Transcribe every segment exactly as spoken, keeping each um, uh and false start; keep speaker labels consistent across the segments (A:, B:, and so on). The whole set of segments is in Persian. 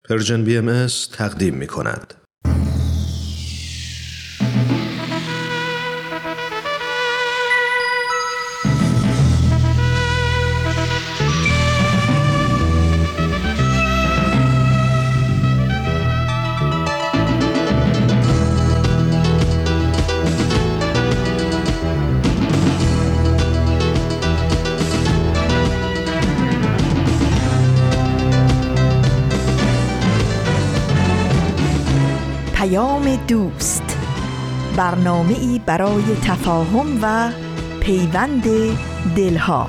A: پرژن بی ام اس تقدیم می کند.
B: دوست، برنامه‌ای برای تفاهم و پیوند دلها.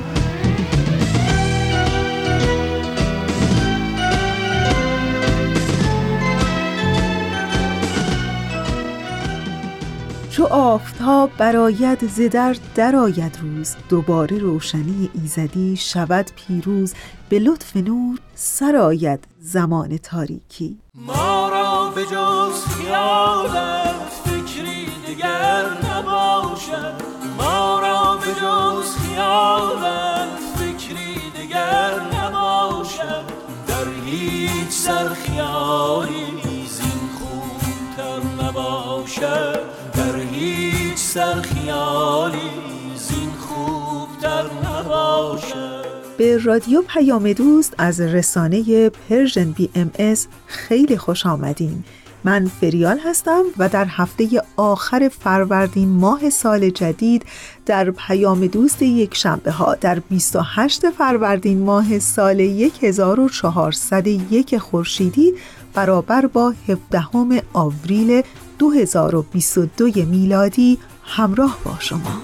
C: چو آفتاب برآید ز در درآید روز، دوباره روشنی ایزدی شود پیروز، به لطف نور سرآید زمان تاریکی.
D: ما را به جز خیالت فکری دیگر نباشد، ما را به جز خیالت فکری دیگر نباشد، در هیچ سر خیالی زین خوبتر نباشد، در هیچ سر خیالی زین خوبتر نباشد.
C: به رادیو پیام دوست از رسانه پرژن بی ام اس خیلی خوش آمدین. من فریال هستم و در هفته آخر فروردین ماه سال جدید در پیام دوست یک شنبه ها در بیست و هشت فروردین ماه سال هزار و چهارصد و یک خورشیدی برابر با هفدهم آوریل دو هزار و بیست و دو میلادی همراه با شما.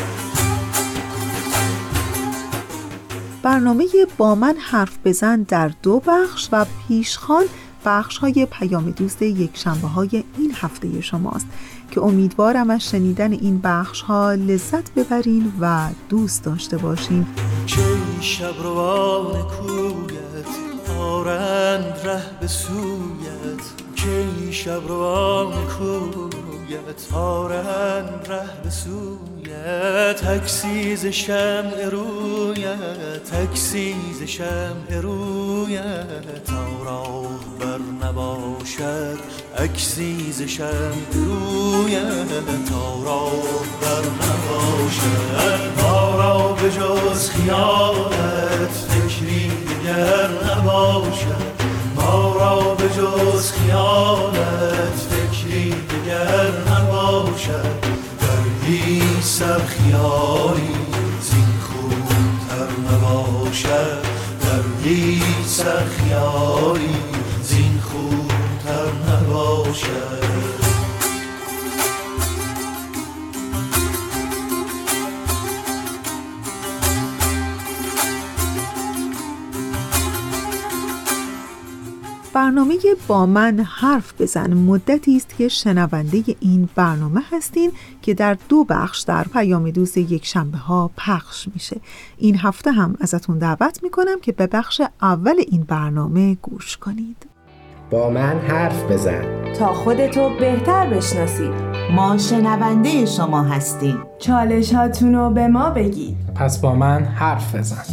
C: برنامه با من حرف بزن در دو بخش و پیشخوان بخش های پیام دوست یک شنبه های این هفته شماست که امیدوارم از شنیدن این بخش ها لذت ببرین و دوست داشته باشین.
D: چه شب روان کویت آرند ره به سویت، چه شب روان کویت آرند ره به سویت، تکسیز شمع رویت، تکسیز شمع رویت، تا راه بر نباشد اکسیز شمع رویت، تا راه بر نباشد، ما را به جز خیالت فکری دیگر نباشد، ما را به جز خیالت فکری دیگر نباشد، در هیچ سر خیالی زین خوبتر نباشد، در هیچ سر خیالی زین خوبتر نباشد.
C: برنامه با من حرف بزن مدتی است که شنونده این برنامه هستین که در دو بخش در پیام دوست یک شنبه ها پخش میشه. این هفته هم ازتون دعوت میکنم که به بخش اول این برنامه گوش کنید.
E: با من حرف بزن
F: تا خودتو بهتر بشناسید. ما شنونده شما هستیم.
G: چالشاتونو به ما بگید.
H: پس با من حرف بزن.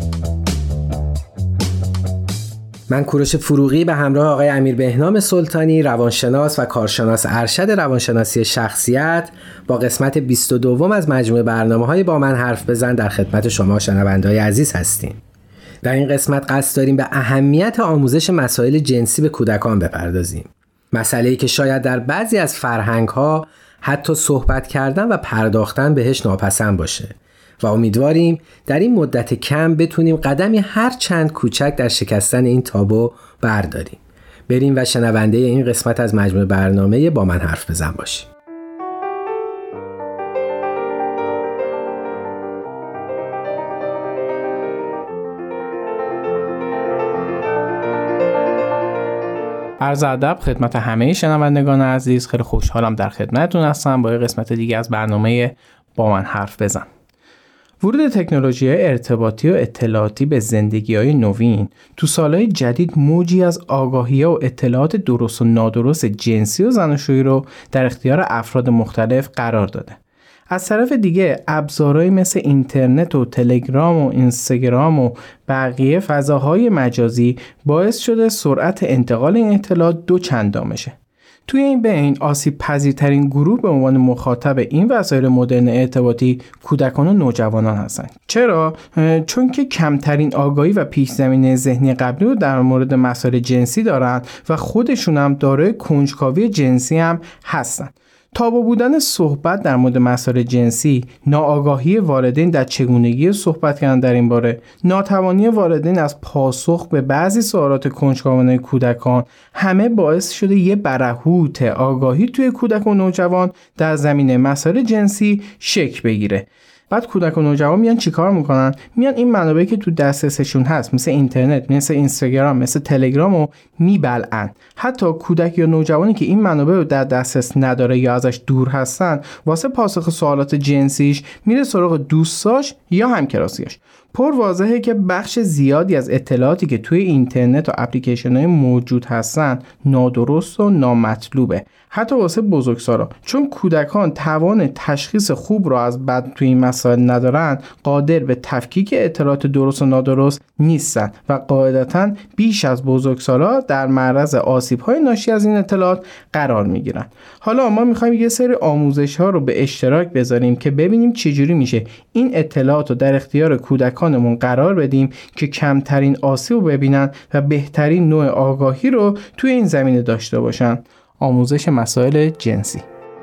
E: من کوروش فروغی به همراه آقای امیر بهنام سلطانی، روانشناس و کارشناس ارشد روانشناسی شخصیت، با قسمت بیست و دو از مجموعه برنامه‌های با من حرف بزن در خدمت شما شنونده‌های عزیز هستیم. در این قسمت قصد داریم به اهمیت آموزش مسائل جنسی به کودکان بپردازیم. مسئله‌ای که شاید در بعضی از فرهنگ‌ها حتی صحبت کردن و پرداختن بهش ناپسند باشه و امیدواریم در این مدت کم بتونیم قدمی هر چند کوچک در شکستن این تابو برداریم. بریم و شنونده این قسمت از مجموعه برنامه با من حرف بزن باشیم.
H: عرض ادب خدمت همه شنوندگان عزیز. خیلی خوشحالم در خدمتتون هستم با یه قسمت دیگه از برنامه با من حرف بزن. ورود تکنولوژی‌های ارتباطی و اطلاعاتی به زندگی‌های نوین تو سالهای جدید موجی از آگاهی‌ها و اطلاعات درست و نادرست جنسی و زناشویی رو در اختیار افراد مختلف قرار داده. از طرف دیگه ابزارهایی مثل اینترنت و تلگرام و اینستاگرام و بقیه فضاهای مجازی باعث شده سرعت انتقال این اطلاعات دو چندان بشه. توی این بین آسیب پذیرترین گروه به عنوان مخاطب این وسایل مدرن ارتباطی کودکان و نوجوانان هستند. چرا؟ چون که کمترین آگاهی و پیش زمینه ذهنی قبلی رو در مورد مسائل جنسی دارند و خودشون هم دارای کنجکاوی جنسی هم هستند. تابو بودن صحبت در مورد مسائل جنسی، ناآگاهی والدین در چگونگی صحبت کردن در این باره، ناتوانی والدین از پاسخ به بعضی سوالات کنجکاوانه کودکان، همه باعث شده یه برهوت آگاهی توی کودک و نوجوان در زمینه مسائل جنسی شکل بگیره. بعد کودک و نوجوان میان چیکار میکنن؟ میان این منابعی که تو دسترسشون هست مثل اینترنت، مثل اینستاگرام، مثل تلگرام رو میبلعن. حتی کودک یا نوجوانی که این منابع رو در دسترس نداره یا ازش دور هستن، واسه پاسخ سوالات جنسیش میره سراغ دوستاش یا همکلاسیاش. پر واضحه که بخش زیادی از اطلاعاتی که توی اینترنت و اپلیکیشن‌های موجود هستن نادرست و نامطلوبه، حتی واسه بزرگسالا. چون کودکان توان تشخیص خوب را از بد توی این مسائل ندارن، قادر به تفکیک اطلاعات درست و نادرست نیستن و قاعدتاً بیش از بزرگسالا در معرض آسیب‌های ناشی از این اطلاعات قرار میگیرن. حالا ما می‌خوایم یه سری آموزش‌ها رو به اشتراک بذاریم که ببینیم چجوری میشه این اطلاعات رو در اختیار کودکانمون قرار بدیم که کمترین آسیب رو ببینن و بهترین نوع آگاهی رو توی این زمینه داشته باشن. آموزش مسائل جنسی.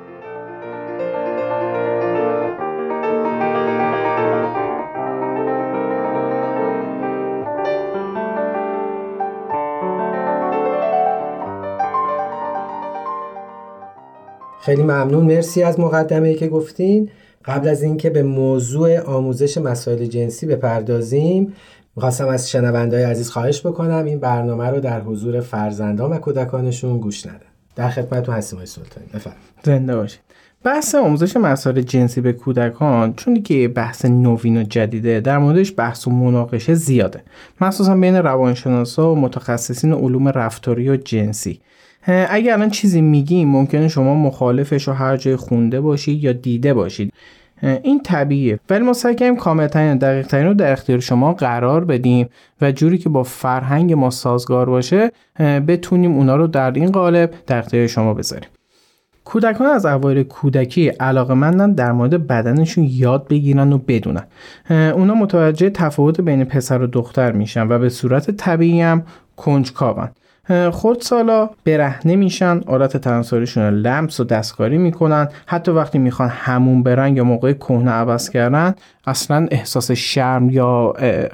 E: خیلی ممنون، مرسی از مقدمه‌ای که گفتین. قبل از اینکه به موضوع آموزش مسائل جنسی بپردازیم، می‌خواستم از شنونده‌های عزیز خواهش بکنم این برنامه رو در حضور فرزندان و کودکانشون گوش ندن. در خدمتتون هستیم آقای سلطانی، بفرمایید.
H: زنده باشید. بحث آموزش مسائل جنسی به کودکان چون دیگه بحث نوین و جدیده، در موردش بحث و مناقشه زیاده، مخصوصا بین روانشناسا و متخصصین علوم رفتاری و جنسی. اگه الان چیزی میگیم ممکنه شما مخالفش رو هر جای خونده باشید یا دیده باشید، این طبیعیه، ولی ما سعی کنیم کامل‌ترین و دقیق‌ترین رو در اختیار شما قرار بدیم و جوری که با فرهنگ ما سازگار باشه بتونیم اونا رو در این قالب در اختیار شما بذاریم. کودکان از اوایل کودکی علاقه‌مندن در مورد بدنشون یاد بگیرن و بدونن. اونا متوجه تفاوت بین پسر و دختر میشن و به صورت طبیعی هم کنجکاون. خردسالا برهنه میشن، عادت تناسلیشون رو لمس و دستکاری میکنن، حتی وقتی میخوان حموم برن یا موقع کهنه عوض کردن اصلا احساس شرم یا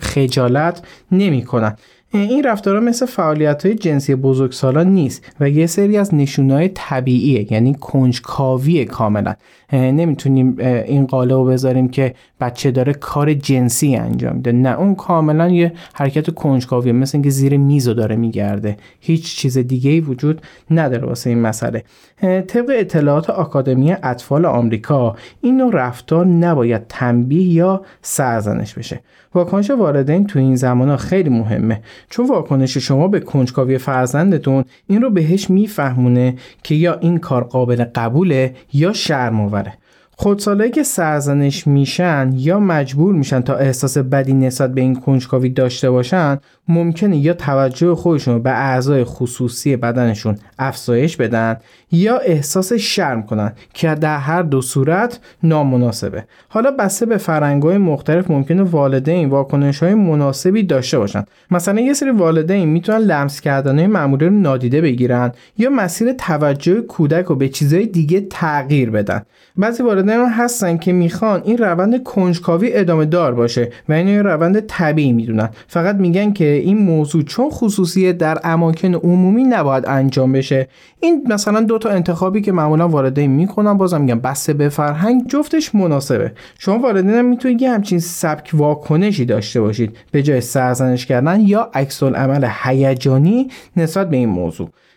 H: خجالت نمیکنن. این رفتارها مثل فعالیت‌های جنسی بزرگسالان نیست و یه سری از نشونه‌های طبیعیه، یعنی کنجکاوی کاملا. نمیتونیم این قالب رو بذاریم که بچه داره کار جنسی انجام میده، نه، اون کاملا یه حرکت کنجکاویه، مثل اینکه زیر میزو داره میگرده، هیچ چیز دیگه‌ای وجود نداره واسه این مسئله. طبق اطلاعات آکادمی اطفال آمریکا این نوع رفتار نباید تنبیه یا سرزنش بشه. واکنش والدین تو این زمانا خیلی مهمه، چون واکنش شما به کنجکاوی فرزندتون این رو بهش میفهمونه که یا این کار قابل قبوله یا شرم‌آوره. خودسالایی که سرزنش میشن یا مجبور میشن تا احساس بدی نسبت به این کنجکاوی داشته باشن، ممکنه یا توجه خودشون رو به اعضای خصوصی بدنشون افزایش بدن یا احساس شرم کنن که در هر دو صورت نامناسبه. حالا بسته به فرهنگ‌های مختلف ممکنه والدین واکنش‌های مناسبی داشته باشن. مثلا یه سری والدین میتونن لمس کردن‌های معمولی رو نادیده بگیرن یا مسیر توجه کودک رو به چیزهای دیگه تغییر بدن. بعضی والدین هستن که میخوان این روند کنجکاوی ادامه دار باشه و اینو یه روند طبیعی میدونن، فقط میگن که این موضوع چون خصوصیه در اماکن عمومی نباید انجام بشه. این مثلا دو تا انتخابی که معمولا والدین میکنن، بازم میگم بسته به فرهنگ جفتش مناسبه. شما والدین میتونید یه همچین سبک واکنشی داشته باشید به جای سرزنش کردن یا عکس العمل هیجانی نسبت به این موضوع.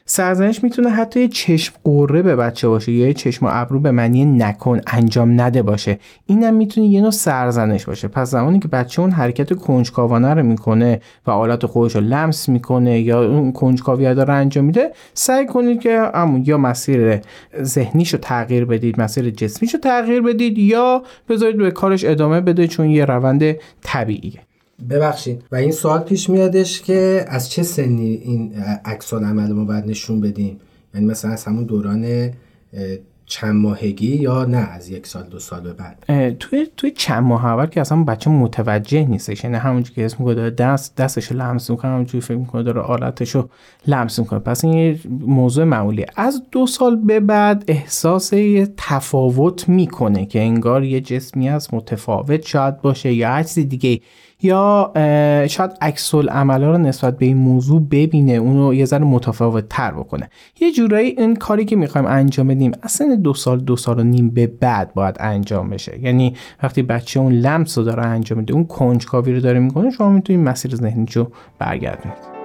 H: سرزنش میتونه حتی یه چشم قره به بچه باشه یا یه چشم و ابرو به معنی نکن، انجام نده باشه. اینم میتونه یه نوع سرزنش باشه. پس زمانی که بچه اون حرکت کنجکاوانه رو میکنه و آلت خودش رو لمس میکنه یا اون کنجکاوی رو انجام میده، سعی کنید که همون یا مسیر ذهنیشو تغییر بدید، مسیر جسمیشو تغییر بدید یا بذارید به کارش ادامه بده، چون یه روند طبیعیه.
E: ببخشید و این سوال پیش میادش که از چه سنی این عکس العمل ما باید نشون بدیم؟ یعنی مثلا از همون دوران چند ماهگی یا نه از یک سال دو سال به بعد؟
H: توی توی چند ماه اول که اصلا بچه متوجه نیستش، یعنی همونجوری که اسم میگه داره دست دستشو لمس میکنه، همونجوری فکر میکنه داره آلتشو لمس میکنه. پس این یه موضوع معمولیه. از دو سال به بعد احساس یه تفاوت میکنه که انگار یه جسمی هست متفاوت شاید باشه یا هر چیز دیگه، یا شاید عکس العملا رو نسبت به این موضوع ببینه، اونو یه ذره متفاوت تر بکنه. یه جورایی این کاری که میخوایم انجام بدیم اصلا دو سال دو سال و نیم به بعد باید انجام بشه. یعنی وقتی بچه اون لمس رو داره انجام میده، اون کنجکاوی رو داره میکنه، شما میتونید مسیر ذهنیشو برگردونید.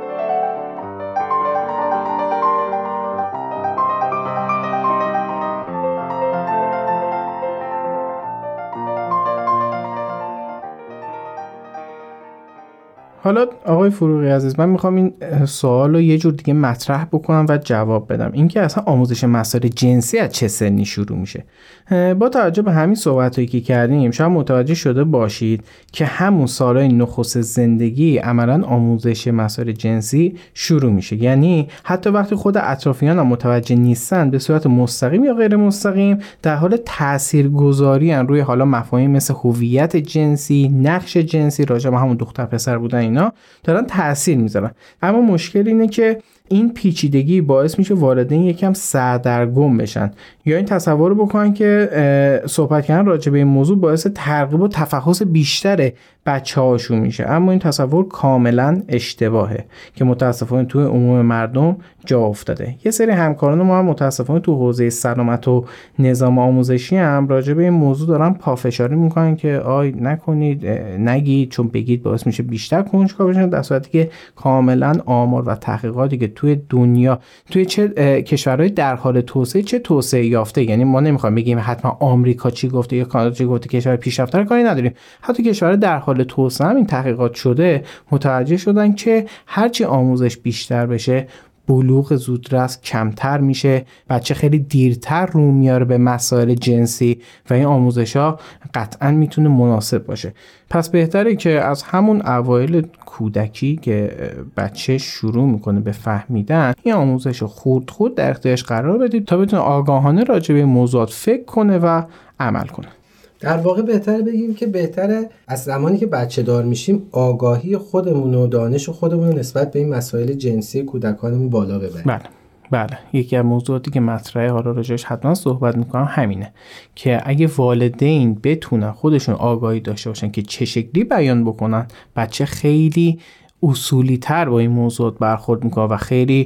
H: حالا آقای فروغی عزیز، من میخوام این سوال رو یه جور دیگه مطرح بکنم و جواب بدم. اینکه اصلا آموزش مسائل جنسی از چه سنی شروع میشه؟ با توجه به همین صحبتایی که کردیم شاید متوجه شده باشید که همون سالهای نخست زندگی عملاً آموزش مسائل جنسی شروع میشه. یعنی حتی وقتی خود اطرافیان هم متوجه نیستن، به صورت مستقیم یا غیر مستقیم در حال تاثیرگذاری ان روی حالا مفاهیم مثل هویت جنسی، نقش جنسی، راجع به همون دختر پسر بودن، اینا دارن تأثیر میذارن. اما مشکل اینه که این پیچیدگی باعث میشه والدین یکم سردرگم بشن یا این تصور رو بکنن که صحبت کردن راجع به این موضوع باعث ترغیب و تفحص بیشتر بچه‌هاشون میشه. اما این تصور کاملا اشتباهه که متاسفانه توی عموم مردم جا افتاده. یه سری همکاران ما هم متاسفانه تو حوزه سلامت و نظام آموزشی هم راجع به این موضوع دارن پافشاری میکنن که آی نکنید، نگید، چون بگید باعث میشه بیشتر کنجکاو بشن، در صورتی که کاملا آمار و تحقیقاتی که توی دنیا توی چه کشورهای در حال توسعه چه توسعه یافته، یعنی ما نمیخوایم بگیم حتما آمریکا چی گفته یا کانادا چی گفته، کشور پیشرفته رو کاری نداریم، حتی کشورهای در حال توسعه هم این تحقیقات شده، متوجه شدن که هرچی آموزش بیشتر بشه بلوغ زودرس کمتر میشه، بچه خیلی دیرتر رو میاره به مسائل جنسی و این آموزش ها قطعا میتونه مناسب باشه. پس بهتره که از همون اوایل کودکی که بچه شروع میکنه به فهمیدن، این آموزش رو خورد خورد در اختیارش قرار بدید تا بتونه آگاهانه راجع به موضوعات فکر کنه و عمل کنه.
E: در واقع بهتره بگیم که بهتره از زمانی که بچه دار میشیم آگاهی خودمون و دانش خودمون نسبت به این مسائل جنسی کودکانمون بالا ببریم.
H: بله بله، یکی از موضوعاتی که مطرحه، حالا راجعش حتما صحبت میکنم، همینه که اگه والدین بتونن خودشون آگاهی داشته باشن که چه شکلی بیان بکنن، بچه خیلی اصولی تر با این موضوع برخورد میکنه و خیلی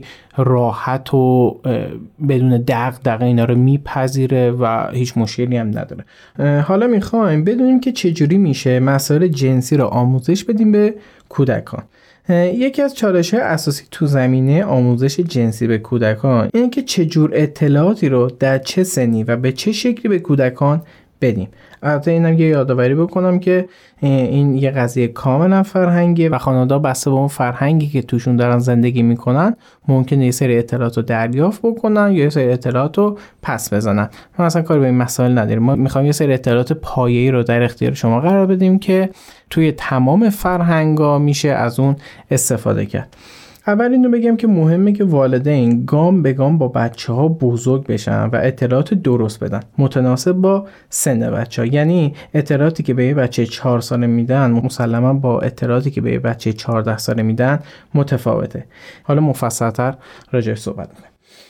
H: راحت و بدون دغدغه اینا رو میپذیره و هیچ مشکلی هم نداره. حالا میخوایم بدونیم که چجوری میشه مسائل جنسی رو آموزش بدیم به کودکان. یکی از چالش‌های اساسی تو زمینه آموزش جنسی به کودکان اینه که چجور اطلاعاتی رو در چه سنی و به چه شکلی به کودکان بدیم. البته اینم یه یادآوری بکنم که این یه قضیه کاملا فرهنگیه و خانواده بسته به اون فرهنگی که توشون دارن زندگی میکنن ممکنه یه سری اطلاعات رو دریافت بکنن یا یه سری اطلاعات رو پس بزنن. ما اصلا کاری به این مسائل نداریم. ما میخوایم یه سری اطلاعات پایه‌ای رو در اختیار شما قرار بدیم که توی تمام فرهنگا میشه از اون استفاده کرد. اول اینو بگم که مهمه که والدین گام به گام با بچه ها بزرگ بشن و اطلاعات درست بدن متناسب با سن بچه ها. یعنی اطلاعاتی که به یه بچه چهار ساله میدن مسلما با اطلاعاتی که به یه بچه چهارده ساله میدن متفاوته. حالا مفصل‌تر راجعش صحبت می‌کنیم.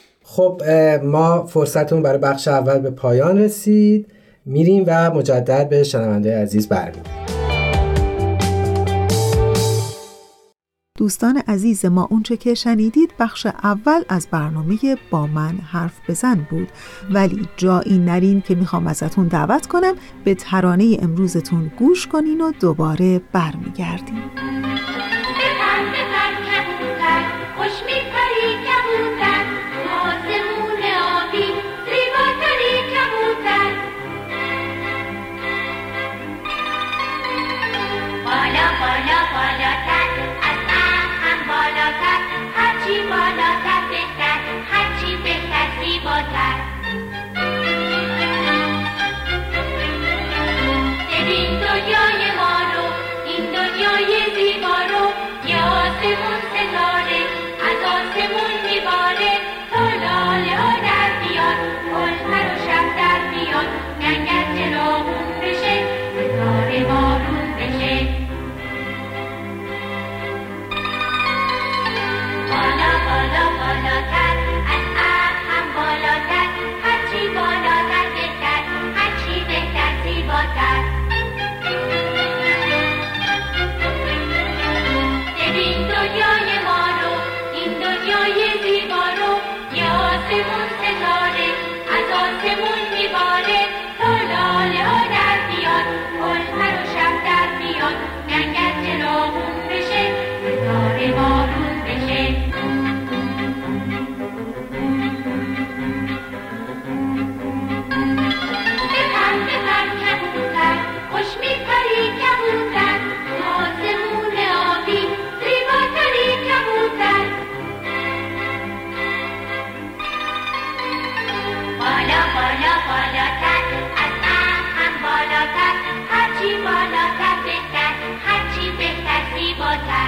E: خب ما فرصتمون برای بخش اول به پایان رسید. میریم و مجدد به شنونده عزیز برمیگردیم.
C: دوستان عزیز ما، اونچه که شنیدید بخش اول از برنامه با من حرف بزن بود، ولی جایی نرین که میخوام ازتون دعوت کنم به ترانه امروزتون گوش کنین و دوباره برمیگردیم.
I: بپر بپر کبوتر، خوش میپری کبوتر، بالاتر، از ابر هم بالاتر، هرچی بالاتر بهتر، هرچی بهتر زیباتر. ببین دنیای ما رو، این دنیای زیبا رو، یه آسمون ستاره از آسمون میباره، تا لاله ها در بیاد، گل‌ها رو شب در بیاد، ننگر چراغون بشه، ستاره بارون بشه. بپر بپر کبوتر، خوش میپری کبوتر، آسمون آبی زیباتری کبوتر. بالا بالا بالاتر، از ابر هم بالاتر، هرچی بالاتر بهتر، هرچی بهتر زیباتر.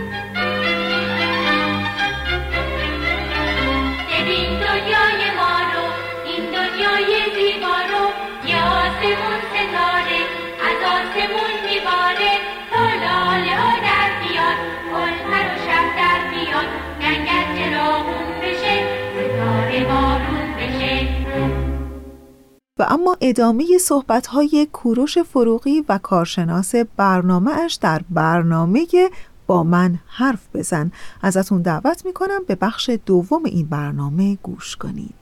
I: ببین دنیای ما رو، این دنیای زیبا رو، یه آسمون ستاره از آسمون میباره، تا لاله ها در بیاد، گل‌ها رو شب در بیاد، ننگر چراغون بشه، ستاره بارون بشه.
C: و اما ادامه صحبت‌های کوروش فروغی و کارشناس برنامه اش در برنامه با من حرف بزن. ازتون دعوت میکنم به بخش دوم این برنامه گوش کنید.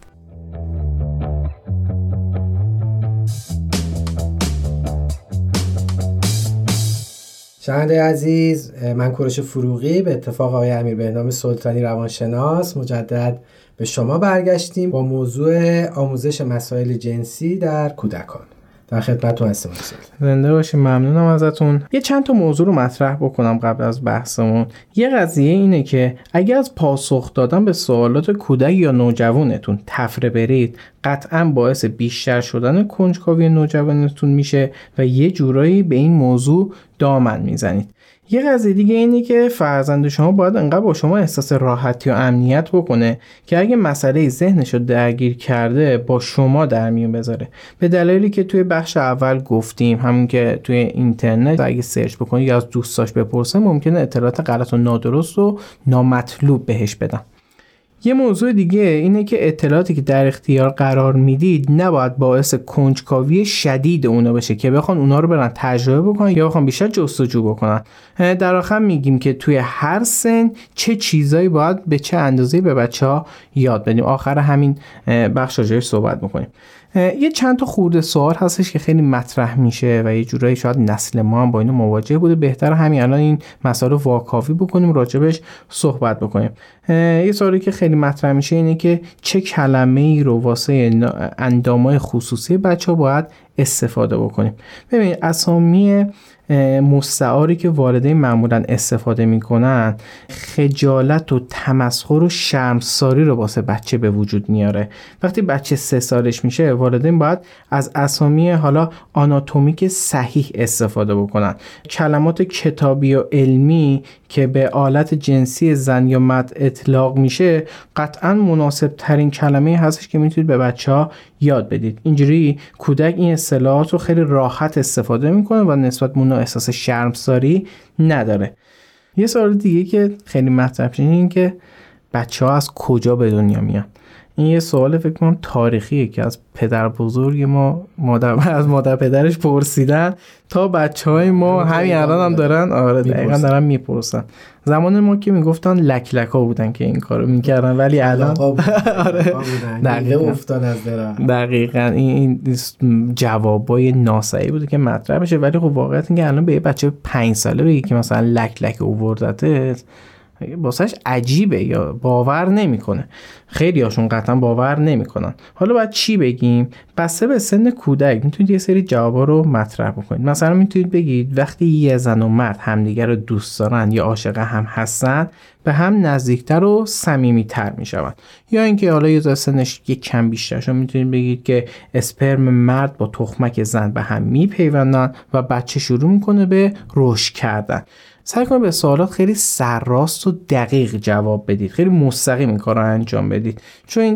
E: شنونده عزیز، من کوروش فروغی به اتفاق آقای امیر بهنام سلطانی روانشناس مجدد به شما برگشتیم با موضوع آموزش مسائل جنسی در کودکان. در خدمتتون هستم.
H: زنده باشید، ممنونم ازتون. یه چند تا موضوع رو مطرح بکنم قبل از بحثمون. یه قضیه اینه که اگه از پاسخ دادن به سوالات کودک یا نوجوانتون تفره برید، قطعاً باعث بیشتر شدن کنجکاوی نوجوانتون میشه و یه جورایی به این موضوع دامن میزنید. یه قضیه دیگه اینه که فرزند شما باید انقدر با شما احساس راحتی و امنیت بکنه که اگه مسئله ذهنش رو درگیر کرده با شما در میون بذاره. به دلیلی که توی بخش اول گفتیم، همون که توی اینترنت اگه سرچ بکنی یا از دوستاش بپرسه ممکنه اطلاعات غلط و نادرست و نامطلوب بهش بدن. یه موضوع دیگه اینه که اطلاعاتی که در اختیار قرار میدید نباید باعث کنجکاوی شدید اونا بشه که بخوان اونا رو برن تجربه بکنن یا بخوان بیشتر جستجو بکنن. در آخر میگیم که توی هر سن چه چیزایی باید به چه اندازه‌ای به بچه‌ها یاد بدیم. آخر همین بخش راجعش صحبت می‌کنیم. یه چند تا خورده سوال هستش که خیلی مطرح میشه و یه جورایی شاید نسل ما هم با اینو مواجه بوده. بهتره همین الان این مسائل رو واکاوی بکنیم، راجبش صحبت بکنیم. یه سوالی که خیلی مطرح میشه اینه که چه کلمه‌ای رو واسه اندام‌های خصوصی بچه‌ها باید استفاده بکنیم. ببین اسامی مستعاری که والدین معمولا استفاده میکنن خجالت و تمسخر و شرمساری رو واسه بچه به وجود میاره. وقتی بچه سه سالش میشه والدین باید از اسامی حالا آناتومیک صحیح استفاده بکنن. کلمات کتابی و علمی که به آلت جنسی زن یا مرد اطلاق میشه قطعا مناسب ترین کلمه هستش که میتونید به بچه ها یاد بدید. اینجوری کودک این اصطلاحات رو خیلی راحت استفاده میکنه و نسبت به اون احساس شرمساری نداره. یه سوال دیگه که خیلی مطرح میشه این که بچه ها از کجا به دنیا میان. این یه سوال فکر کنم تاریخیه که از پدر بزرگ ما مادر از مادر پدرش پرسیدن تا بچهای ما همین الان هم دارن آره دقیقاً دارن میپرسن. زمان ما که میگفتن لک لکا بودن که این کارو میکردن ولی الان آره دقیقاً افتاد از درم. دقیقاً این جوابای ناسعی بوده که مطرح بشه، ولی خب واقعیت اینه که الان به یه بچه پنج ساله بگی که مثلا لک لک اووردته واسهش عجیبه یا باور نمیکنه. خیلی هاشون قطعا باور نمیکنن. حالا باید چی بگیم؟ بسته به سن کودک میتونید یه سری جوابا رو مطرح بکنید. مثلا میتونید بگید وقتی یه زن و مرد همدیگر رو دوست دارن یا عاشق هم هستن به هم نزدیکتر و صمیمیتر میشون. یا اینکه حالا یه سنش یک کم بیشتر شون میتونید بگید که اسپرم مرد با تخمک زن به هم میپیوندن و بچه شروع میکنه به رشد کردن. سعی کنید به سوالات خیلی سرراست و دقیق جواب بدید. خیلی مستقیم این کار رو انجام بدید. چون این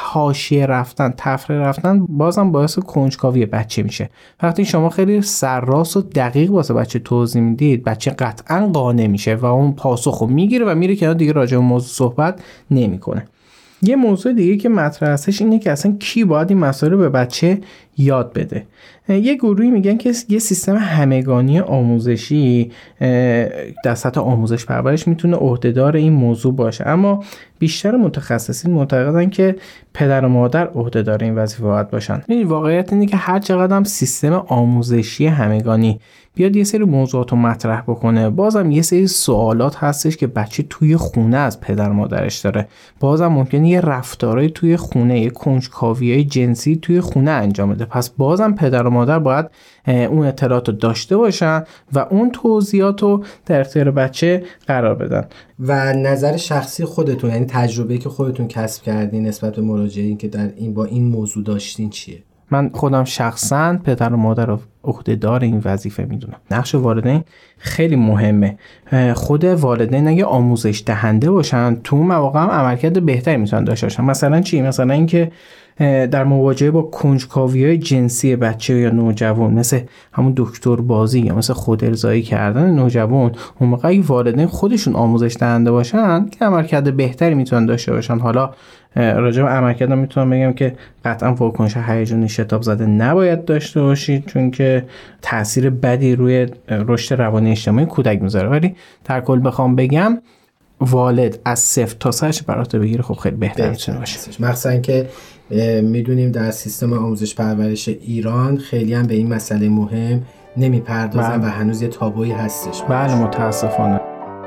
H: حاشیه رفتن، تفره رفتن بازم باعث کنجکاوی بچه میشه. وقتی شما خیلی سرراست و دقیق واسه بچه توضیح میدید، بچه قطعاً قانع میشه و اون پاسخو میگیره و میره کنار، دیگه راجع به موضوع صحبت نمیکنه. یه موضوع دیگه که مطرح هستش اینه که اصلا کی باید این مسائل رو به بچه یاد بده. یه گروهی میگن که یه سیستم همگانی آموزشی در سطح آموزش پرورش میتونه عهدهدار این موضوع باشه، اما بیشتر متخصصین معتقدن که پدر و مادر عهدهدار این وظیفه باید باشن. این واقعیت اینه که هر چقدر هم سیستم آموزشی همگانی بیاد یه سری موضوعات رو مطرح بکنه، بازم یه سری سوالات هستش که بچه توی خونه از پدر و مادرش داره. بازم ممکنه یه رفتارهای توی خونه، یه کنجکاویای جنسی توی خونه انجام بده. پس بازم پدر و مادر باید اون اطلاعات رو داشته باشن و اون توضیحات رو در اختیار بچه قرار بدن.
E: و نظر شخصی خودتون، یعنی تجربه‌ای که خودتون کسب کردین نسبت به مراجعین که در این با این موضوع داشتین چیه؟
H: من خودم شخصاً پدر و مادر رو عهده‌دار این وظیفه میدونم. نقش والدین خیلی مهمه. خود والدین اگه آموزش دهنده باشن تو اون مواقع هم عملکرد بهتری میتونن داشته باشن. مثلا چی؟ مثلا اینکه در مواجهه با کنجکاوی‌های جنسی بچه یا نوجوان، مثل همون دکتر بازی یا مثل خود ارضایی کردن نوجوان، اون موقع اگه والدین خودشون آموزش دهنده باشن که عملکرد بهتری میتونن داشته باشن. حالا راجع به عملکرد میتونم بگم که قطعا واکنش هیجانی شتاب زده نباید داشته باشید، چون که تأثیر بدی روی رشد روانی اجتماعی کودک میذاره. ولی در کل بخوام بگم والد از صفر تا صدش برات بگیره خب خیلی بهتر میتونه باشه.
E: مخصوصا که میدونیم در سیستم آموزش پرورش ایران خیلی هم به این مسئله مهم نمیپردازن و هنوز یه تابویی هستش.
H: بله متاسفانه.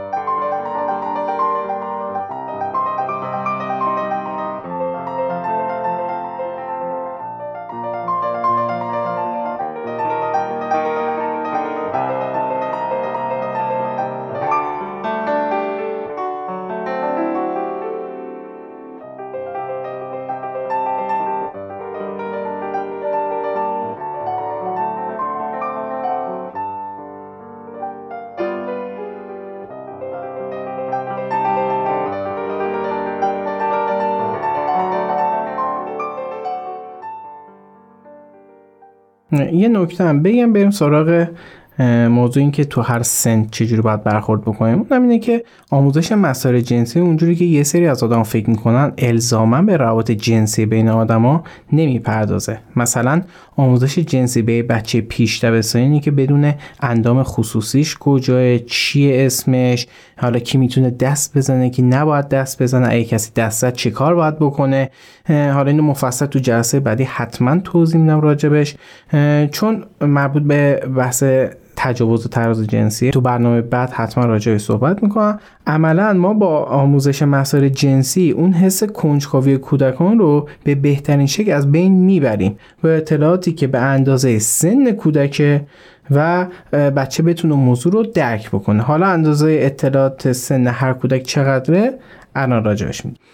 H: یه نکته هم بگم بریم سراغ موضوع این که تو هر سن چجوری باید برخورد بکنیم. اونم اینه که آموزش مسائل جنسی اونجوری که یه سری از آدم فکر میکنن الزاما به روابط جنسی بین آدما نمیپردازه. مثلا آموزش جنسی به بچه پیش دبستانی که بدون اندام خصوصیش کجاه، چیه اسمش، حالا کی میتونه دست بزنه کی نباید دست بزنه، اگه کسی دست زد چه کار باید بکنه. حالا اینو مفصل تو جلسه بعدی حتما توضیح میدم راجبش، چون مربوط به بحث تجاوز و تعرض جنسی تو برنامه بعد حتما راجعش صحبت میکنم. عملا ما با آموزش مسائل جنسی اون حس کنجکاوی کودکان رو به بهترین شکل از بین میبریم و اطلاعاتی که به اندازه سن کودک و بچه بتونه موضوع رو درک بکنه. حالا اندازه اطلاعات سن هر کودک چقدره الان راجعش میگم.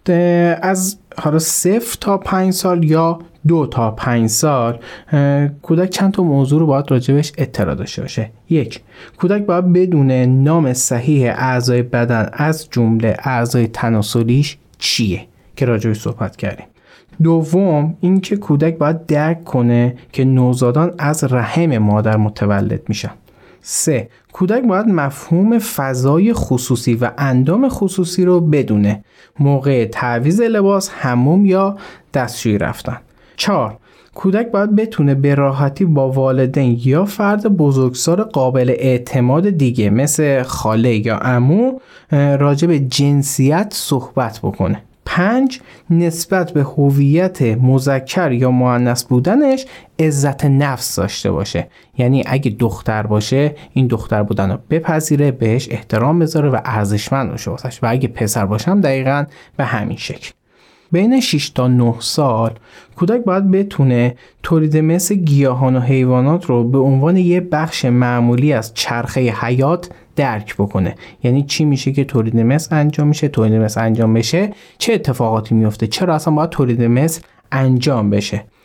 H: از حالا صفر تا پنج سال یا دو تا پنج سال کودک چند تا موضوع رو باید راجبش اطلاع داشته باشه. یک، کودک باید بدونه نام صحیح اعضای بدن از جمله اعضای تناسلیش چیه که راجبش صحبت کردیم. دوم، اینکه کودک باید درک کنه که نوزادان از رحم مادر متولد میشن. سه، کودک باید مفهوم فضای خصوصی و اندام خصوصی رو بدونه موقع تعویض لباس، حموم یا دستشویی رفتن. چهار، کودک باید بتونه به راحتی با والدین یا فرد بزرگسال قابل اعتماد دیگه مثل خاله یا عمو راجع به جنسیت صحبت بکنه. پنج، نسبت به هویت مذکر یا مؤنث بودنش عزت نفس داشته باشه، یعنی اگه دختر باشه این دختر بودن رو بپذیره، بهش احترام بذاره و ارزشمند باشه واسش، و اگه پسر باشم دقیقاً به همین شکل. بین شش تا نه سال کودک باید بتونه تولید مثل گیاهان و حیوانات رو به عنوان یه بخش معمولی از چرخه حیات درک بکنه. یعنی چی میشه که تولید مثل انجام میشه، تولید مثل انجام بشه چه اتفاقاتی میفته، چرا اصلا باید تولید مثل انجام بشه.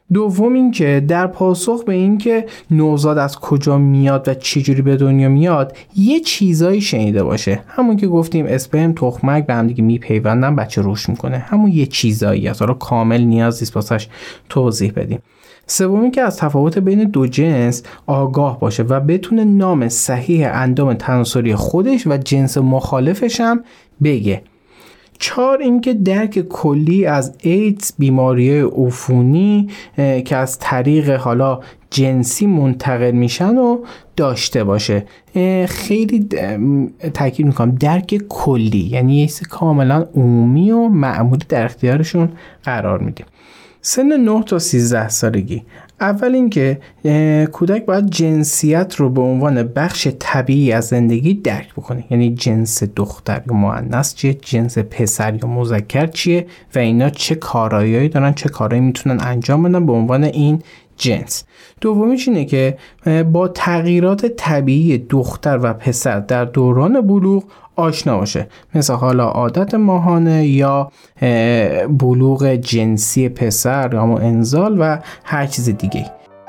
H: دوم این که در پاسخ به این که نوزاد از کجا میاد و چجوری به دنیا میاد یه چیزایی شنیده باشه. همون که گفتیم اسپرم تخمک به هم دیگه میپیوندن بچه رشد میکنه، همون یه چیزایی است، حالا کامل نیاز نیست واسش توضیح بدیم. سومی که از تفاوت بین دو جنس آگاه باشه و بتونه نام صحیح اندام تناسلی خودش و جنس مخالفش هم بگه. چهار اینکه درک کلی از ایدز، بیماری عفونی که از طریق حالا جنسی منتقل میشن و داشته باشه. خیلی تاکید میکنم درک کلی، یعنی یه چیز کاملا عمومی و معمولی در اختیارشون قرار میدیم. سن نه تا سیزده سالگی. اول اینکه کودک باید جنسیت رو به عنوان بخش طبیعی از زندگی درک بکنه، یعنی جنس دختر یا مؤنث چیه، جنس پسر یا مذکر چیه و اینا چه کارایی دارن، چه کارایی میتونن انجام بدن به عنوان این جنس. دومیش اینه که با تغییرات طبیعی دختر و پسر در دوران بلوغ آشنا باشه، مثل حالا عادت ماهانه یا بلوغ جنسی پسر یا انزال و هر چیز دیگه.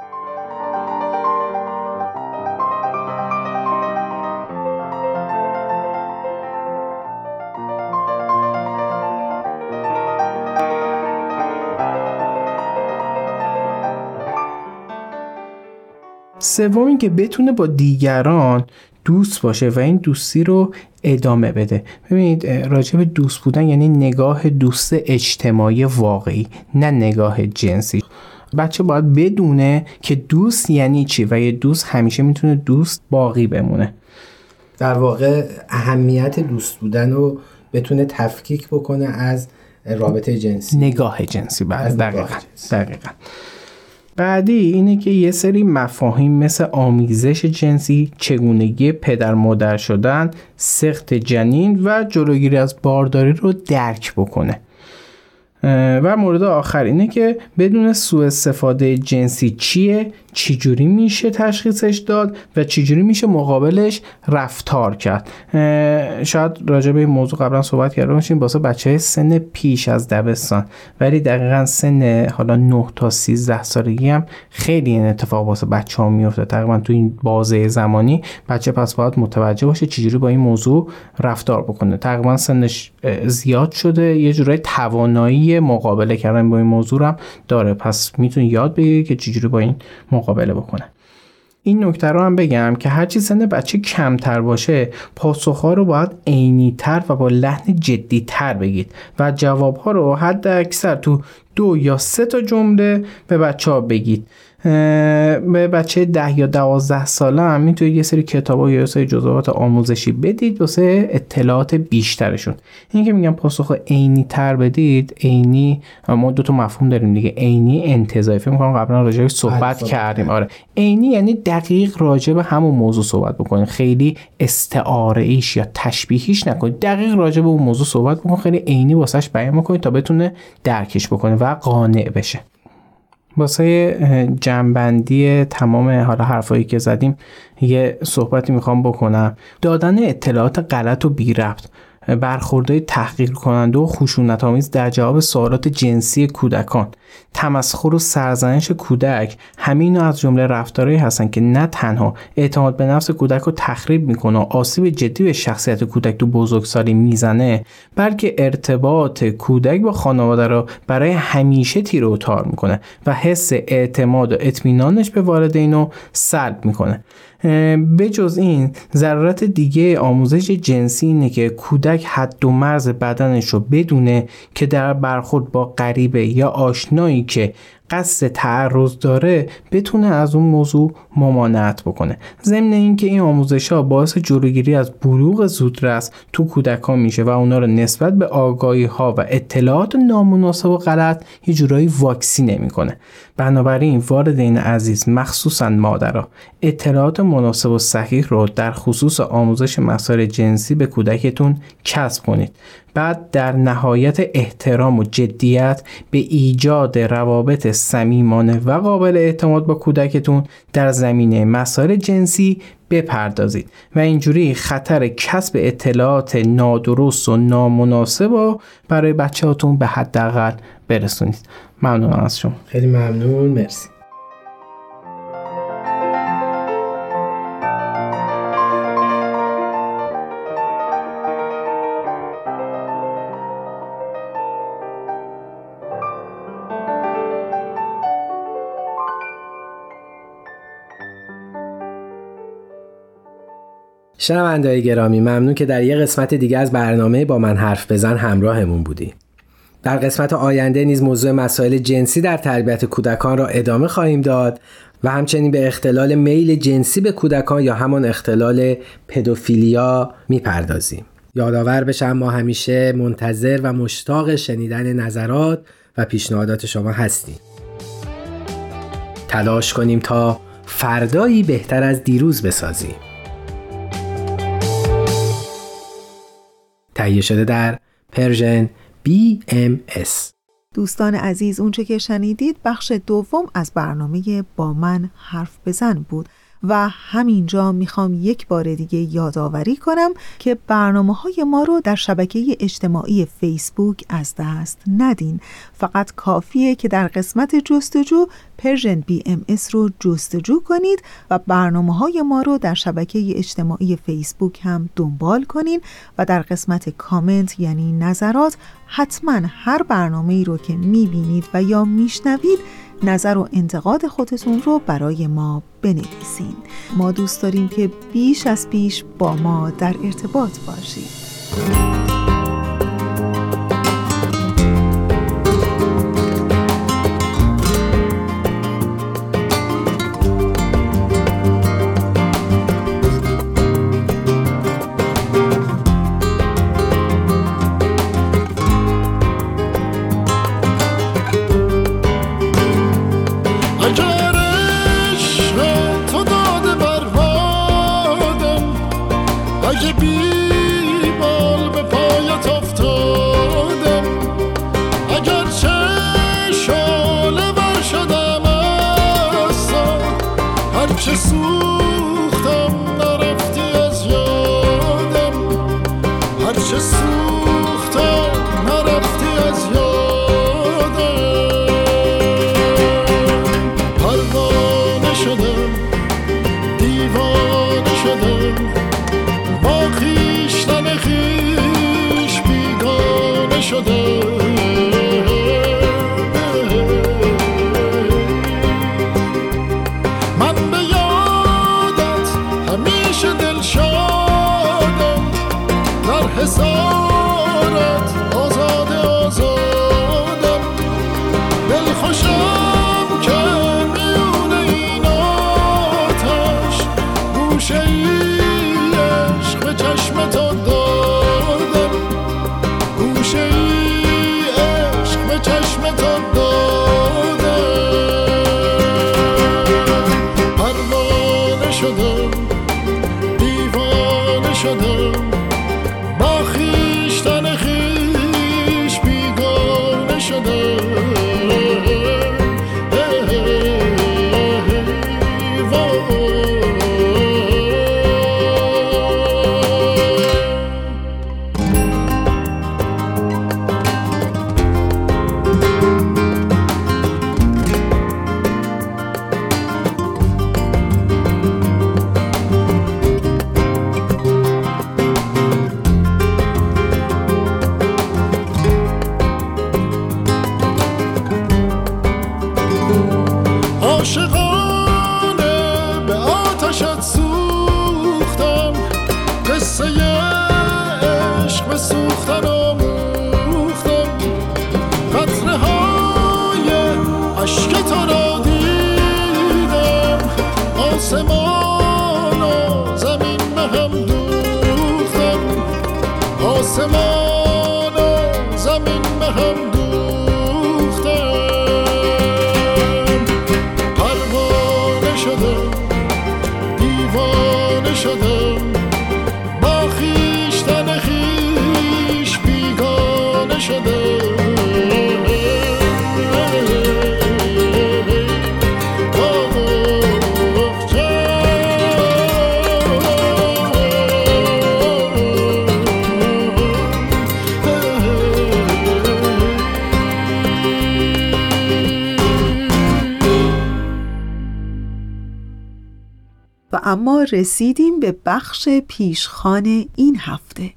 H: سومی که بتونه با دیگران دوست باشه و این دوستی رو ادامه بده. ببینید راجع به دوست بودن یعنی نگاه دوست اجتماعی واقعی، نه نگاه جنسی. بچه باید بدونه که دوست یعنی چی و یه دوست همیشه میتونه دوست باقی بمونه.
E: در واقع اهمیت دوست بودن رو بتونه تفکیک بکنه از رابطه جنسی،
H: نگاه جنسی. بعد دقیقاً دقیقاً بعدی اینه که یه سری مفاهیم مثل آمیزش جنسی، چگونگی پدر مادر شدن، سقط جنین و جلوگیری از بارداری رو درک بکنه. و مورد آخر اینه که بدون سوء استفاده جنسی چیه، چجوری میشه تشخیصش داد و چجوری میشه مقابلش رفتار کرد. شاید راجع به این موضوع قبلا صحبت کرده باشیم واسه بچه‌های سن پیش از دبستان، ولی دقیقاً سن حالا نه تا سیزده سالگی هم خیلی این اتفاق واسه بچه‌ها میفته. تقریبا تو این بازه زمانی بچه پس باید متوجه باشه چجوری با این موضوع رفتار بکنه. تقریبا سنش زیاد شده، یه جورای توانایی مقابله کردن با این موضوع هم داره، پس میتونه یاد بگیره که چجوری با این مقابله بکنه. این نکته رو هم بگم که هرچی سن بچه کمتر باشه پاسخ‌ها رو باید عینی‌تر و با لحن جدی‌تر بگید و جواب‌ها رو حد اکثر تو دو یا سه تا جمله به بچه‌ها بگید. به بچه ده یا دوازده ساله هم میتونید یه سری کتابا یا یه سری جزئیات آموزشی بدید واسه اطلاعات بیشترشون. این که میگم پاسخ عینی تر بدید، عینی ما دو تا مفهوم داریم دیگه، عینی انتزاعی. فکر می‌کنم قبلا راجع بهش صحبت کردیم. آره، عینی یعنی دقیق راجع به همون موضوع صحبت بکنید، خیلی استعاره ایش یا تشبیهیش نکنید، دقیق راجع به اون موضوع صحبت بکنید، خیلی عینی واسش بیان بکنید تا بتونه درکش بکنه و قانع بشه. واسه جمع‌بندی تمام حالا حرفایی که زدیم یه صحبتی میخوام بکنم. دادن اطلاعات غلط و بی ربط، برخوردهای تحقیر کننده و خشونت‌آمیز در جواب سوالات جنسی کودکان، تمسخر و سرزنش کودک، همین از جمله رفتارهایی هستن که نه تنها اعتماد به نفس کودک رو تخریب میکنه و آسیب جدی به شخصیت کودک تو بزرگسالی میزنه، بلکه ارتباط کودک با خانواده رو برای همیشه تیر و تار میکنه و حس اعتماد و اطمینانش به والدین رو سلب میکنه. به جز این ضرورت دیگه آموزش جنسی اینه که کودک حد و مرز بدنش رو بدونه که در برخورد با غریبه یا آشنایی که قصد تعرض داره بتونه از اون موضوع ممانعت بکنه. ضمن اینکه این آموزش‌ها باعث جلوگیری از بلوغ زودرس تو کودکان میشه و اونا رو نسبت به آگاهی‌ها و اطلاعات نامناسب و غلط یه جورایی واکسینه میکنه. بنابراین والدین عزیز، مخصوصاً مادرها، اطلاعات مناسب و صحیح رو در خصوص آموزش مسائل جنسی به کودکتون کسب کنید. بعد در نهایت احترام و جدیت به ایجاد روابط صمیمانه و قابل اعتماد با کودکتون در زمینه مسائل جنسی بپردازید و اینجوری خطر کسب اطلاعات نادرست و نامناسب رو برای بچه‌هاتون به حداقل برسونید. ممنون از شما.
E: خیلی ممنون، مرسی. شنونده‌های گرامی، ممنون که در یه قسمت دیگه از برنامه با من حرف بزن همراهمون بودی. در قسمت آینده نیز موضوع مسائل جنسی در تربیت کودکان را ادامه خواهیم داد و همچنین به اختلال میل جنسی به کودکان یا همان اختلال پدوفیلیا میپردازیم. یادآور بشم ما همیشه منتظر و مشتاق شنیدن نظرات و پیشنهادات شما هستیم. تلاش کنیم تا فردایی بهتر از دیروز بسازیم. تهیه شده در پرژن بی ام اس.
C: دوستان عزیز، اونچه که شنیدید بخش دوم از برنامه با من حرف بزن بود و همینجا میخوام یک بار دیگه یادآوری کنم که برنامه‌های ما رو در شبکه اجتماعی فیسبوک از دست ندین. فقط کافیه که در قسمت جستجو پرژن بی ام اس رو جستجو کنید و برنامه‌های ما رو در شبکه اجتماعی فیسبوک هم دنبال کنین و در قسمت کامنت یعنی نظرات حتما هر برنامه‌ای رو که میبینید و یا میشنوید نظر و انتقاد خودتون رو برای ما بنویسین. ما دوست داریم که بیش از پیش با ما در ارتباط باشید. اما رسیدیم به بخش پیشخوان این هفته.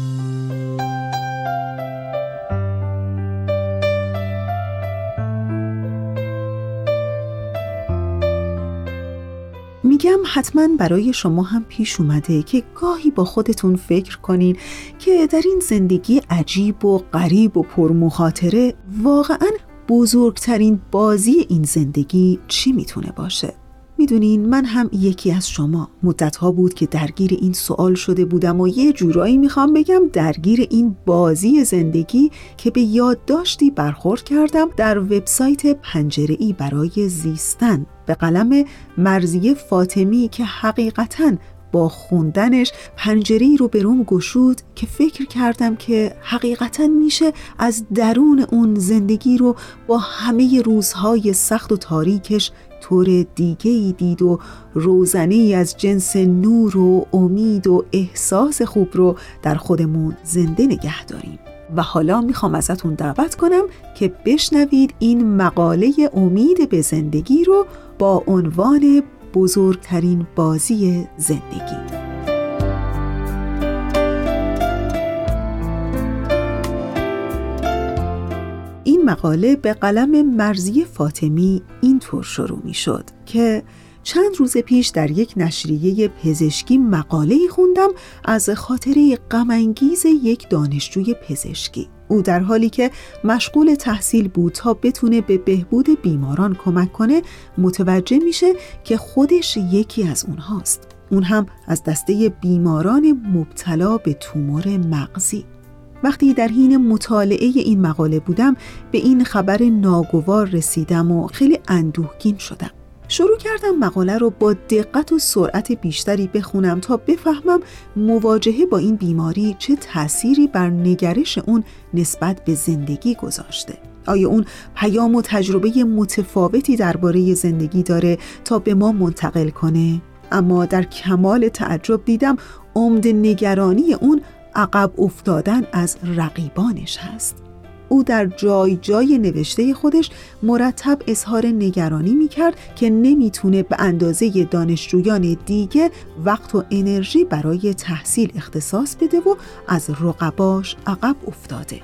C: میگم حتما برای شما هم پیش اومده که گاهی با خودتون فکر کنین که در این زندگی عجیب و غریب و پرمخاطره واقعاً بزرگترین بازی این زندگی چی میتونه باشه؟ میدونین من هم یکی از شما مدتها بود که درگیر این سوال شده بودم و یه جورایی میخوام بگم درگیر این بازی زندگی که به یادداشتی برخورد کردم در وبسایت پنجره‌ای برای زیستن به قلم مرضیه فاطمی که حقیقتاً با خوندنش پنجره‌ای رو برام گشود که فکر کردم که حقیقتاً میشه از درون اون زندگی رو با همه روزهای سخت و تاریکش طور دیگه‌ای دید و روزنه‌ای از جنس نور و امید و احساس خوب رو در خودمون زنده نگه داریم. و حالا میخوام ازتون دعوت کنم که بشنوید این مقاله امید به زندگی رو با عنوان بزرگترین بازی زندگی. این مقاله به قلم مرضیه فاطمی اینطور شروع می شد که چند روز پیش در یک نشریه پزشکی مقاله‌ای خوندم از خاطره غم‌انگیز یک دانشجوی پزشکی. او در حالی که مشغول تحصیل بود تا بتونه به بهبود بیماران کمک کنه متوجه میشه که خودش یکی از اونهاست. اون هم از دسته بیماران مبتلا به تومور مغزی. وقتی در حین مطالعه این مقاله بودم به این خبر ناگوار رسیدم و خیلی اندوهگین شدم. شروع کردم مقاله رو با دقت و سرعت بیشتری بخونم تا بفهمم مواجهه با این بیماری چه تأثیری بر نگرش اون نسبت به زندگی گذاشته. آیا اون پیام و تجربه متفاوتی درباره زندگی داره تا به ما منتقل کنه؟ اما در کمال تعجب دیدم عمد نگرانی اون عقب افتادن از رقیبانش هست. او در جای جای نوشته خودش مرتب اظهار نگرانی می‌کرد که نمیتونه به اندازه دانشجویان دیگه وقت و انرژی برای تحصیل اختصاص بده و از رقباش عقب افتاده.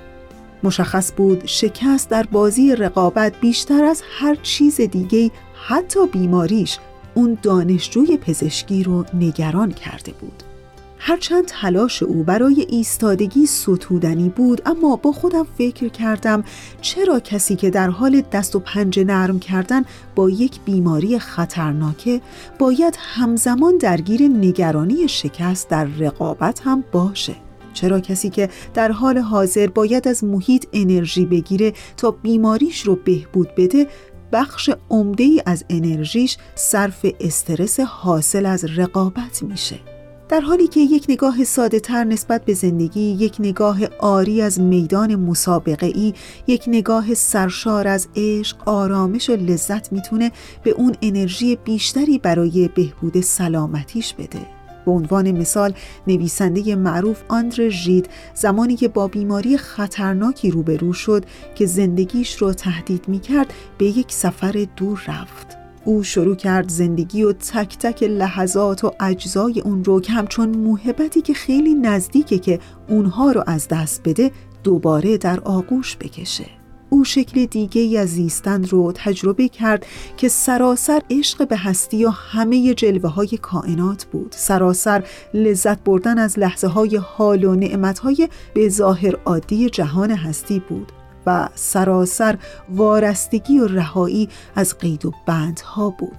C: مشخص بود شکست در بازی رقابت بیشتر از هر چیز دیگه، حتی بیماریش، اون دانشجوی پزشکی رو نگران کرده بود. هرچند تلاش او برای ایستادگی ستودنی بود، اما با خودم فکر کردم چرا کسی که در حال دست و پنجه نرم کردن با یک بیماری خطرناکه باید همزمان درگیر نگرانی شکست در رقابت هم باشه؟ چرا کسی که در حال حاضر باید از محیط انرژی بگیره تا بیماریش رو بهبود بده بخش عمده‌ای از انرژیش صرف استرس حاصل از رقابت میشه؟ در حالی که یک نگاه ساده تر نسبت به زندگی، یک نگاه عاری از میدان مسابقه‌ای، یک نگاه سرشار از عشق، آرامش و لذت میتونه به اون انرژی بیشتری برای بهبود سلامتیش بده. به عنوان مثال نویسنده معروف آندره ژید زمانی که با بیماری خطرناکی روبرو شد که زندگیش رو تهدید میکرد به یک سفر دور رفت. او شروع کرد زندگی و تک تک لحظات و اجزای اون رو که همچون موهبتی که خیلی نزدیکه که اونها رو از دست بده دوباره در آغوش بکشه. او شکل دیگه‌ای از زیستن رو تجربه کرد که سراسر عشق به هستی و همه جلوه‌های کائنات بود، سراسر لذت بردن از لحظه‌های حال و نعمت‌های به ظاهر عادی جهان هستی بود و سراسر وارستگی و رهایی از قید و بندها بود.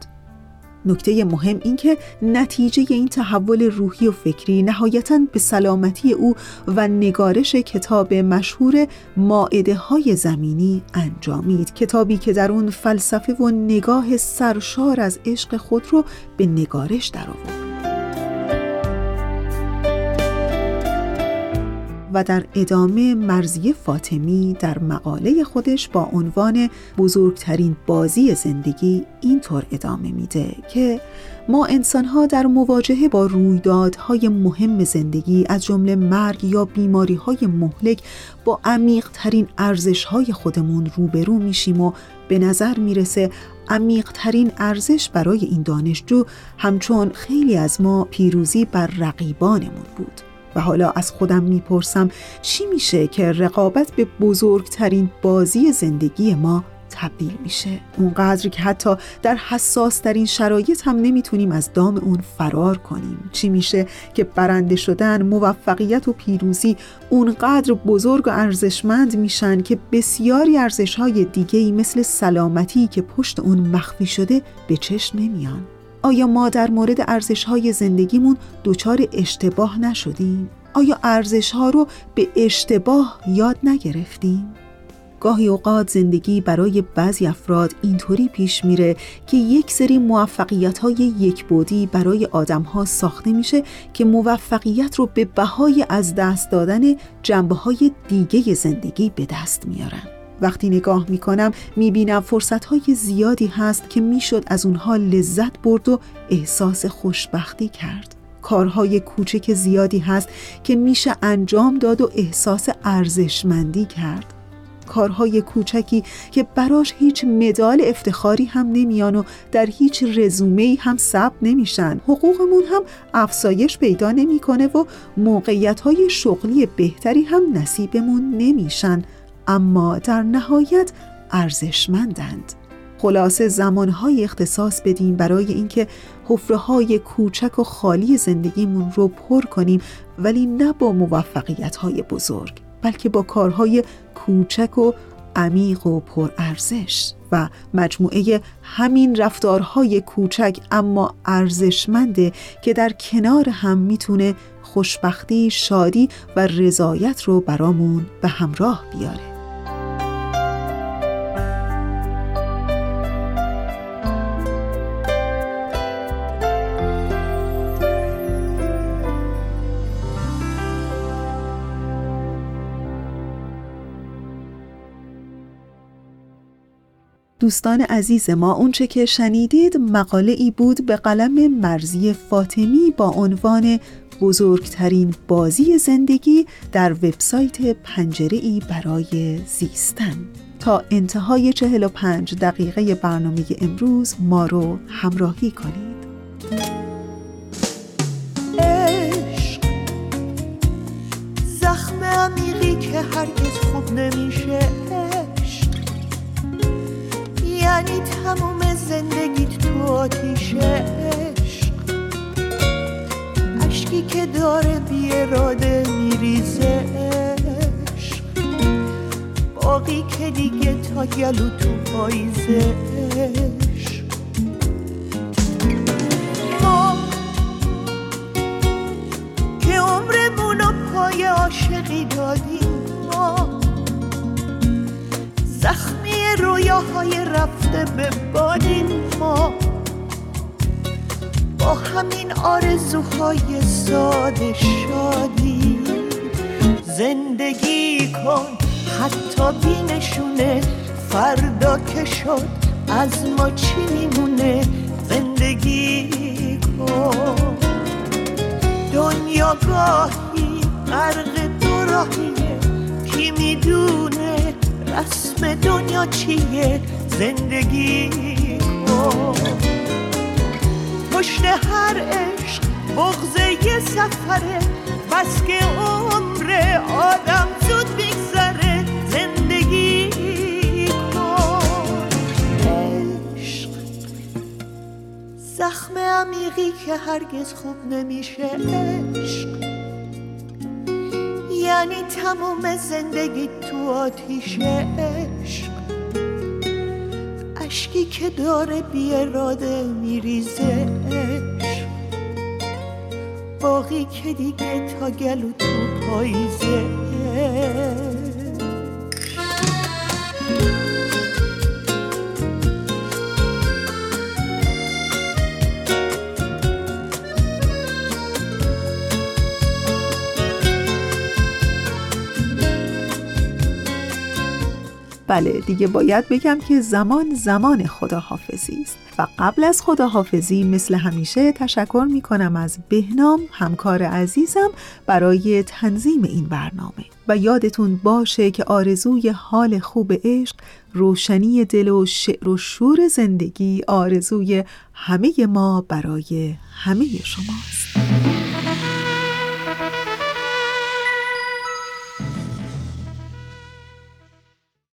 C: نکته مهم این که نتیجه این تحول روحی و فکری نهایتاً به سلامتی او و نگارش کتاب مشهور مائده های زمینی انجامید، کتابی که در اون فلسفه و نگاه سرشار از عشق خود رو به نگارش درآورد. و در ادامه مرضیه فاطمی در مقاله خودش با عنوان بزرگترین بازی زندگی اینطور ادامه میده که ما انسان‌ها در مواجهه با رویدادهای مهم زندگی از جمله مرگ یا بیماری‌های مهلک با عمیق‌ترین ارزش‌های خودمون روبرو میشیم و به نظر میرسه عمیق‌ترین ارزش برای این دانشجو همچون خیلی از ما پیروزی بر رقیبانمون بود. و حالا از خودم میپرسم چی میشه که رقابت به بزرگترین بازی زندگی ما تبدیل میشه؟ اونقدر که حتی در حساس ترین شرایط هم نمیتونیم از دام اون فرار کنیم. چی میشه که برنده شدن، موفقیت و پیروزی اونقدر بزرگ و ارزشمند میشن که بسیاری ارزش‌های دیگه‌ای مثل سلامتی که پشت اون مخفی شده به چشم نمیان؟ آیا ما در مورد ارزش‌های زندگیمون دچار اشتباه نشدیم؟ آیا ارزش‌ها رو به اشتباه یاد نگرفتیم؟ گاهی اوقات زندگی برای بعضی افراد اینطوری پیش میره که یک سری موفقیت‌های یکبعدی برای آدم‌ها ساخته میشه که موفقیت رو به بهای از دست دادن جنبه‌های دیگه زندگی به دست میارن. وقتی نگاه میکنم میبینم فرصتهای زیادی هست که میشد از اونها لذت برد و احساس خوشبختی کرد. کارهای کوچک زیادی هست که میشه انجام داد و احساس ارزشمندی کرد. کارهای کوچکی که براش هیچ مدال افتخاری هم نمیان و در هیچ رزومه‌ای هم ثبت نمیشن. حقوقمون هم افزایش پیدا نمیکنه و موقعیت‌های شغلی بهتری هم نصیبمون نمیشن، اما در نهایت ارزشمندند. خلاصه زمانهای اختصاص بدیم برای اینکه حفره‌های کوچک و خالی زندگیمون رو پر کنیم، ولی نه با موفقیت‌های بزرگ، بلکه با کارهای کوچک و عمیق و پرارزش. و مجموعه همین رفتارهای کوچک اما ارزشمنده که در کنار هم میتونه خوشبختی، شادی و رضایت رو برامون به همراه بیاره. دوستان عزیز ما، اونچه که شنیدید مقاله ای بود به قلم مرضیه فاطمی با عنوان بزرگترین بازی زندگی در وبسایت پنجره‌ای برای زیستن. تا انتهای چهل و پنج دقیقه برنامه امروز ما رو همراهی کنید.
J: عشق زخم عمیقی که هرگز خوب نمیشه، یعنی تموم زندگیت تو آتیش عشق، اشکی که داره بی اراده میریزه عشق، باقی که دیگه تا گلو تو پاییزه عشق. ما که عمرمونو پای عاشقی دادیم، ما زخمی رویاهای رفته به بادیم، ما با همین آرزوهای ساده شادی. زندگی کن حتی بی نشونه، فردا که شد از ما چی میمونه. زندگی کن، دنیا گاهی غرق دو راهیه، کی میدونه رسم دنیا چیه. زندگی کن، پشت هر عشق بغض یه سفره، بس که عمر آدم زود میگذره. زندگی کن، عشق زخم عمیقی که هرگز خوب نمیشه عشق، یعنی تموم زندگی تو آتیش عشق، اشکی که داره بی اراده میریزه عشق، باقی که دیگه تا گلو تو پاییزه.
C: بله دیگه باید بگم که زمان زمان خداحافظی است و قبل از خداحافظی مثل همیشه تشکر میکنم از بهنام همکار عزیزم برای تنظیم این برنامه و یادتون باشه که آرزوی حال خوب عشق، روشنی دل و شعر و شور زندگی آرزوی همه ما برای همه شماست.